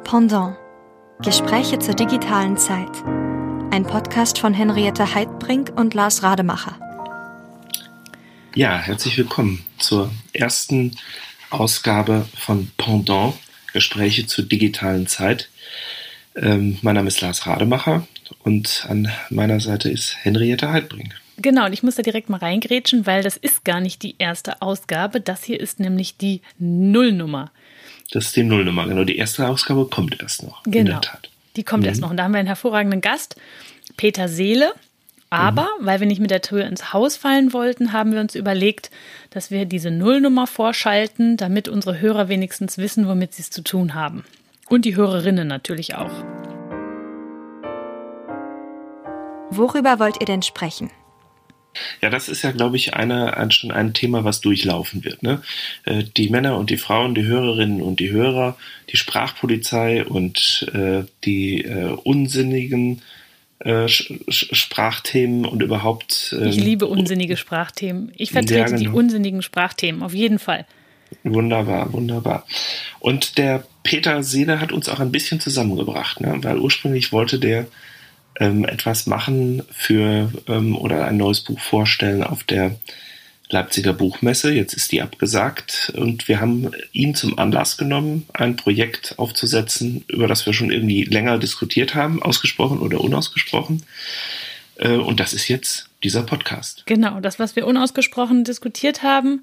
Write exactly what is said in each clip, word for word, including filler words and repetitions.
Pendant. Gespräche zur digitalen Zeit. Ein Podcast von Henriette Heidbrink und Lars Rademacher. Ja, herzlich willkommen zur ersten Ausgabe von Pendant. Gespräche zur digitalen Zeit. Ähm, mein Name ist Lars Rademacher und an meiner Seite ist Henriette Heidbrink. Genau, und ich muss da direkt mal reingrätschen, weil das ist gar nicht die erste Ausgabe. Das hier ist nämlich die Nullnummer. Das ist die Nullnummer, genau. Die erste Ausgabe kommt erst noch, genau, in der Tat. Die kommt mhm. erst noch. Und da haben wir einen hervorragenden Gast, Peter Seele. Aber, mhm. weil wir nicht mit der Tür ins Haus fallen wollten, haben wir uns überlegt, dass wir diese Nullnummer vorschalten, damit unsere Hörer wenigstens wissen, womit sie es zu tun haben. Und die Hörerinnen natürlich auch. Worüber wollt ihr denn sprechen? Ja, das ist ja, glaube ich, eine, ein, schon ein Thema, was durchlaufen wird. Ne? Äh, die Männer und die Frauen, die Hörerinnen und die Hörer, die Sprachpolizei und äh, die äh, unsinnigen äh, Sch- Sch- Sprachthemen und überhaupt... Ähm, ich liebe unsinnige Sprachthemen. Ich vertrete ja, genau. die unsinnigen Sprachthemen, auf jeden Fall. Wunderbar, wunderbar. Und der Peter Seele hat uns auch ein bisschen zusammengebracht, ne? Weil ursprünglich wollte der ähm, etwas machen für ähm, oder ein neues Buch vorstellen auf der Leipziger Buchmesse. Jetzt ist die abgesagt und wir haben ihn zum Anlass genommen, ein Projekt aufzusetzen, über das wir schon irgendwie länger diskutiert haben, ausgesprochen oder unausgesprochen. Äh, und das ist jetzt dieser Podcast. Genau, das, was wir unausgesprochen diskutiert haben,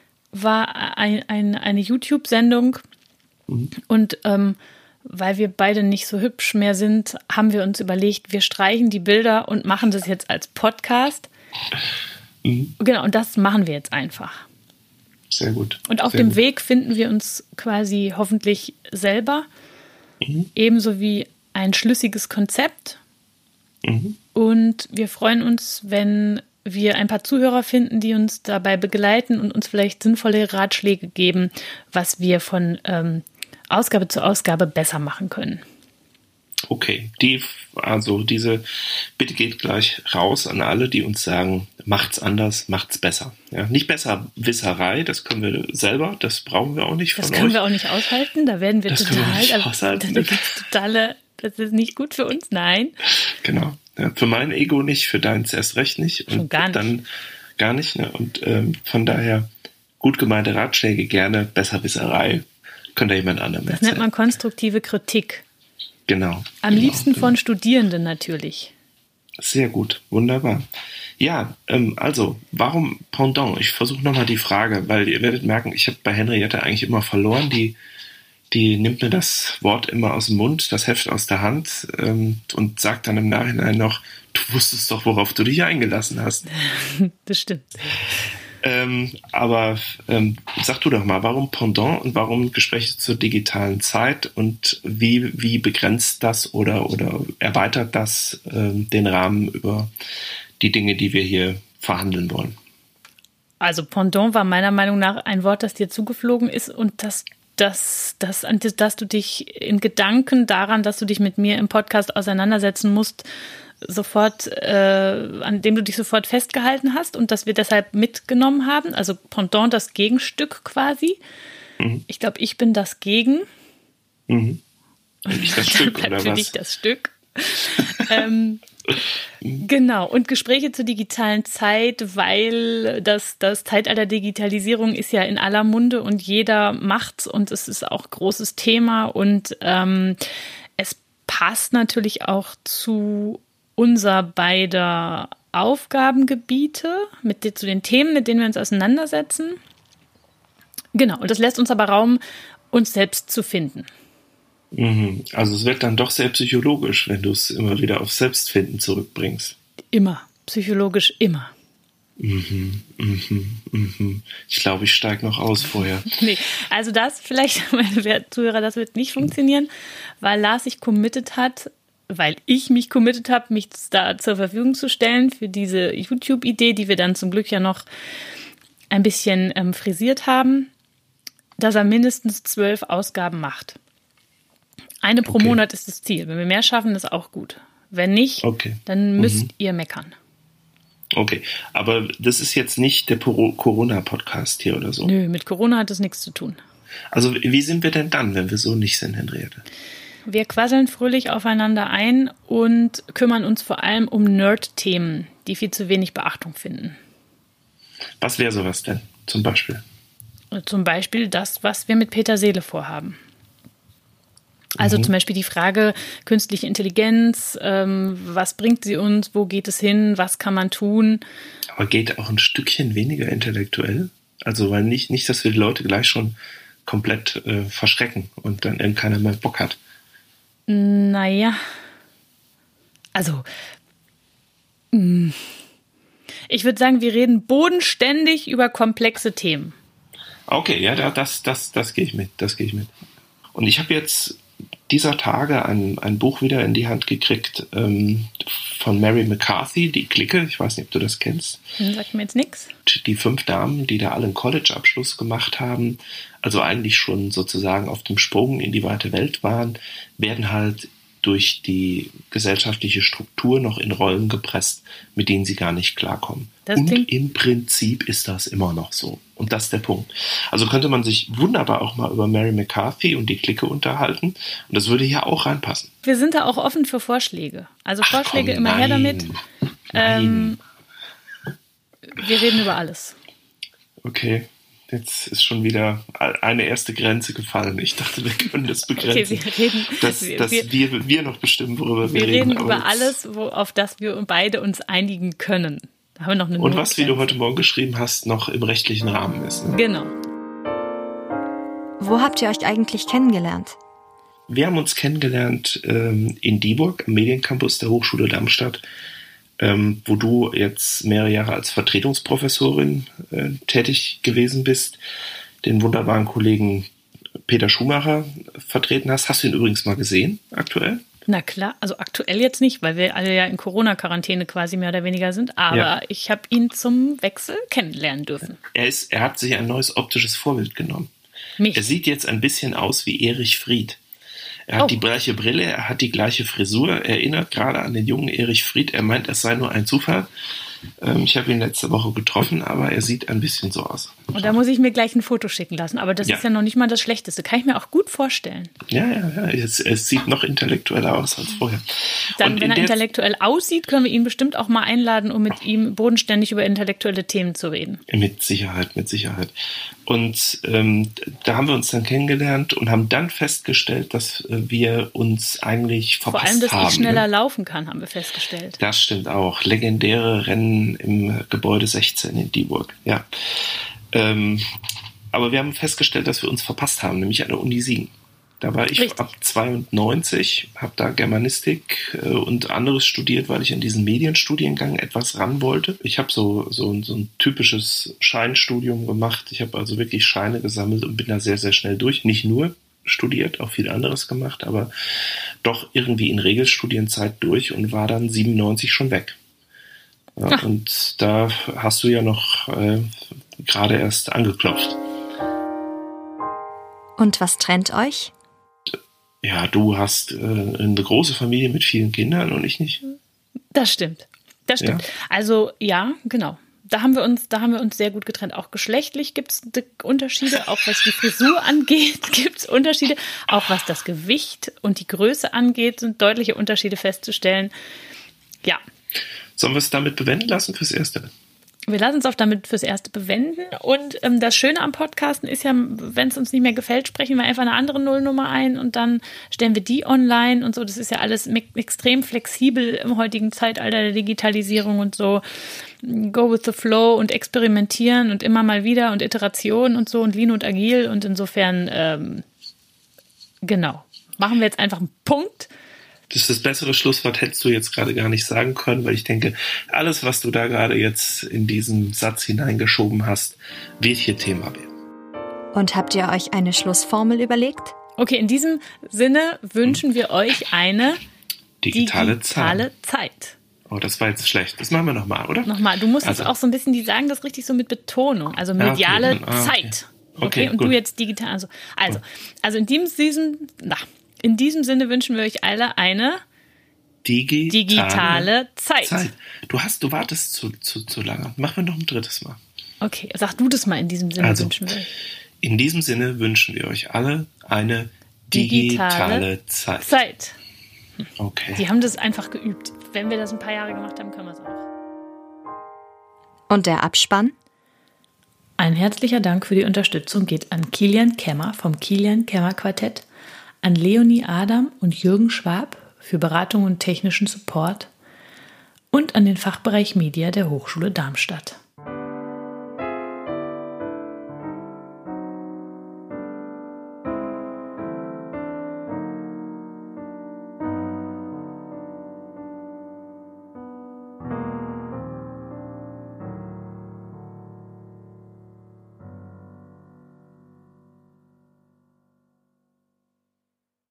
war ein, ein, eine YouTube-Sendung mhm. und ähm, weil wir beide nicht so hübsch mehr sind, haben wir uns überlegt, wir streichen die Bilder und machen das jetzt als Podcast. Mhm. Genau, und das machen wir jetzt einfach. Sehr gut. Und auf Sehr dem gut. Weg finden wir uns quasi hoffentlich selber, mhm. ebenso wie ein schlüssiges Konzept. Mhm. Und wir freuen uns, wenn wir ein paar Zuhörer finden, die uns dabei begleiten und uns vielleicht sinnvolle Ratschläge geben, was wir von ähm, Ausgabe zu Ausgabe besser machen können. Okay, die, also diese Bitte geht gleich raus an alle, die uns sagen, macht's anders, macht's besser. Ja, nicht Besserwisserei, das können wir selber, das brauchen wir auch nicht von euch. Das können wir auch nicht aushalten, da werden wir das total, können wir nicht also, aushalten. Da gibt's totale, das ist nicht gut für uns, nein. Genau, ja, für mein Ego nicht, für deins erst recht nicht. Und Schon gar nicht. Dann gar nicht, ne? Und ähm, von daher gut gemeinte Ratschläge gerne, Besserwisserei. Könnte jemand anderem erzählen. Das nennt man konstruktive Kritik. Genau. Am genau, liebsten genau. von Studierenden natürlich. Sehr gut, wunderbar. Ja, ähm, also, warum Pendant? Ich versuche nochmal die Frage, weil ihr werdet merken, ich habe bei Henriette eigentlich immer verloren. Die, die nimmt mir das Wort immer aus dem Mund, das Heft aus der Hand ähm, und sagt dann im Nachhinein noch, du wusstest doch, worauf du dich eingelassen hast. Das stimmt. Ähm, aber ähm, sag du doch mal, warum Pendant und warum Gespräche zur digitalen Zeit und wie, wie begrenzt das oder, oder erweitert das ähm, den Rahmen über die Dinge, die wir hier verhandeln wollen? Also Pendant war meiner Meinung nach ein Wort, das dir zugeflogen ist und das, das, das, dass du dich in Gedanken daran, dass du dich mit mir im Podcast auseinandersetzen musst, sofort, äh, an dem du dich sofort festgehalten hast und dass wir deshalb mitgenommen haben. Also Pendant, das Gegenstück quasi. Mhm. Ich glaube, ich bin das Gegen. Mhm. Und ich das Stück, oder für was? dich das Stück. ähm, genau. Und Gespräche zur digitalen Zeit, weil das, das Zeitalter Digitalisierung ist ja in aller Munde und jeder macht's und es ist auch großes Thema und ähm, es passt natürlich auch zu unser beider Aufgabengebiete mit zu den Themen, mit denen wir uns auseinandersetzen. Genau, und das lässt uns aber Raum, uns selbst zu finden. Also es wird dann doch sehr psychologisch, wenn du es immer wieder auf Selbstfinden zurückbringst. Immer, psychologisch immer. Mhm, mhm, mhm. Ich glaube, ich steige noch aus vorher. Nee, also das vielleicht, meine Zuhörer, das wird nicht funktionieren, weil Lars sich committed hat, weil ich mich committed habe, mich da zur Verfügung zu stellen für diese YouTube-Idee, die wir dann zum Glück ja noch ein bisschen ähm, frisiert haben, dass er mindestens zwölf Ausgaben macht. Eine pro okay. Monat ist das Ziel. Wenn wir mehr schaffen, ist auch gut. Wenn nicht, okay. dann müsst mhm. ihr meckern. Okay, aber das ist jetzt nicht der Corona-Podcast hier oder so? Nö, mit Corona hat das nichts zu tun. Also wie sind wir denn dann, wenn wir so nicht sind, Henriette? Wir quasseln fröhlich aufeinander ein und kümmern uns vor allem um Nerd-Themen, die viel zu wenig Beachtung finden. Was wäre sowas denn zum Beispiel? Zum Beispiel das, was wir mit Peter Seele vorhaben. Also mhm. zum Beispiel die Frage künstliche Intelligenz, ähm, was bringt sie uns, wo geht es hin, was kann man tun? Aber geht auch ein Stückchen weniger intellektuell? Also weil nicht, nicht dass wir die Leute gleich schon komplett äh, verschrecken und dann eben keiner mehr Bock hat. Naja, also mh. ich würde sagen, wir reden bodenständig über komplexe Themen. Okay, ja, das, das, das gehe ich mit, das gehe ich mit. Und ich habe jetzt dieser Tage ein, ein Buch wieder in die Hand gekriegt ähm, von Mary McCarthy, die Clique. Ich weiß nicht, ob du das kennst. Sagt mir jetzt nichts. Die fünf Damen, die da alle einen College-Abschluss gemacht haben, also eigentlich schon sozusagen auf dem Sprung in die weite Welt waren, werden halt durch die gesellschaftliche Struktur noch in Rollen gepresst, mit denen sie gar nicht klarkommen. Das und im Prinzip ist das immer noch so. Und das ist der Punkt. Also könnte man sich wunderbar auch mal über Mary McCarthy und die Clique unterhalten. Und das würde hier auch reinpassen. Wir sind da auch offen für Vorschläge. Also Ach, Vorschläge komm, immer nein, her damit. Nein. Ähm, wir reden über alles. Okay. Jetzt ist schon wieder eine erste Grenze gefallen. Ich dachte, wir können das begrenzen. Okay, wir reden, dass wir, dass wir, wir noch bestimmen, worüber wir, wir reden. Wir reden über alles, wo, auf das wir beide uns einigen können. Da haben wir noch eine Und was, wie du heute Morgen geschrieben hast, noch im rechtlichen Rahmen ist. Ne? Genau. Wo habt ihr euch eigentlich kennengelernt? Wir haben uns kennengelernt ähm, in Dieburg, am Mediencampus der Hochschule Darmstadt, ähm, wo du jetzt mehrere Jahre als Vertretungsprofessorin äh, tätig gewesen bist, den wunderbaren Kollegen Peter Schumacher vertreten hast. Hast du ihn übrigens mal gesehen, aktuell? Na klar, also aktuell jetzt nicht, weil wir alle ja in Corona-Quarantäne quasi mehr oder weniger sind, aber ja. Ich habe ihn zum Wechsel kennenlernen dürfen. Er, ist, er hat sich ein neues optisches Vorbild genommen. Mich. Er sieht jetzt ein bisschen aus wie Erich Fried. Er hat oh. die gleiche Brille, er hat die gleiche Frisur, er erinnert gerade an den jungen Erich Fried. Er meint, es sei nur ein Zufall. Ähm, ich habe ihn letzte Woche getroffen, aber er sieht ein bisschen so aus. Und da muss ich mir gleich ein Foto schicken lassen. Aber das ja. ist ja noch nicht mal das Schlechteste. Kann ich mir auch gut vorstellen. Ja, ja, ja. Es, es sieht noch intellektueller aus als vorher. Dann, Und wenn er intellektuell aussieht, können wir ihn bestimmt auch mal einladen, um mit ihm bodenständig über intellektuelle Themen zu reden. Mit Sicherheit, mit Sicherheit. Und ähm, da haben wir uns dann kennengelernt und haben dann festgestellt, dass wir uns eigentlich verpasst haben. Vor allem, dass haben, ich schneller ne? laufen kann, haben wir festgestellt. Das stimmt auch. Legendäre Rennen im Gebäude sechzehn in Dieburg. Ja. Ähm, aber wir haben festgestellt, dass wir uns verpasst haben, nämlich an der Uni Siegen. Da war ich Richtig. ab zweiundneunzig, habe da Germanistik äh, und anderes studiert, weil ich an diesen Medienstudiengang etwas ran wollte. Ich habe so, so, so ein typisches Scheinstudium gemacht. Ich habe also wirklich Scheine gesammelt und bin da sehr, sehr schnell durch. Nicht nur studiert, auch viel anderes gemacht, aber doch irgendwie in Regelstudienzeit durch und war dann siebenundneunzig schon weg. Ja, und da hast du ja noch äh, gerade erst angeklopft. Und was trennt euch? Ja, du hast äh, eine große Familie mit vielen Kindern und ich nicht. Das stimmt. Das stimmt. Ja. Also ja, genau. Da haben wir uns, da haben wir uns sehr gut getrennt. Auch geschlechtlich gibt es Unterschiede, auch was die Frisur angeht, gibt es Unterschiede. Auch was das Gewicht und die Größe angeht, sind deutliche Unterschiede festzustellen. Ja. Sollen wir es damit bewenden lassen fürs Erste? Wir lassen es auch damit fürs Erste bewenden. Und ähm, das Schöne am Podcasten ist ja, wenn es uns nicht mehr gefällt, sprechen wir einfach eine andere Nullnummer ein und dann stellen wir die online und so. Das ist ja alles me- extrem flexibel im heutigen Zeitalter der Digitalisierung und so. Go with the flow und experimentieren und immer mal wieder und Iteration und so und Lean und Agil. Und insofern, ähm, genau, machen wir jetzt einfach einen Punkt. Das ist das bessere Schlusswort, hättest du jetzt gerade gar nicht sagen können, weil ich denke, alles, was du da gerade jetzt in diesen Satz hineingeschoben hast, wird hier Thema werden. Und habt ihr euch eine Schlussformel überlegt? Okay, in diesem Sinne wünschen wir euch eine digitale, digitale Zeit. Zeit. Oh, das war jetzt schlecht. Das machen wir nochmal, oder? Nochmal, du musst also. es auch so ein bisschen, die sagen das richtig so mit Betonung, also mediale ah, okay. Ah, okay. Zeit. Okay, okay und gut. du jetzt digital. Also, also, also in diesem, diesem, na, in diesem Sinne wünschen wir euch alle eine digitale, digitale Zeit. Zeit. Du hast, du wartest zu, zu, zu lange. Machen wir noch ein drittes Mal. Okay, sag du das mal. In diesem Sinne also, wünschen wir euch. In diesem Sinne wünschen wir euch alle eine digitale, digitale Zeit. Zeit. Okay. Die haben das einfach geübt. Wenn wir das ein paar Jahre gemacht haben, können wir es auch. Und der Abspann? Ein herzlicher Dank für die Unterstützung geht an Kilian Kemmer vom Kilian Kemmer Quartett, an Leonie Adam und Jürgen Schwab für Beratung und technischen Support und an den Fachbereich Media der Hochschule Darmstadt.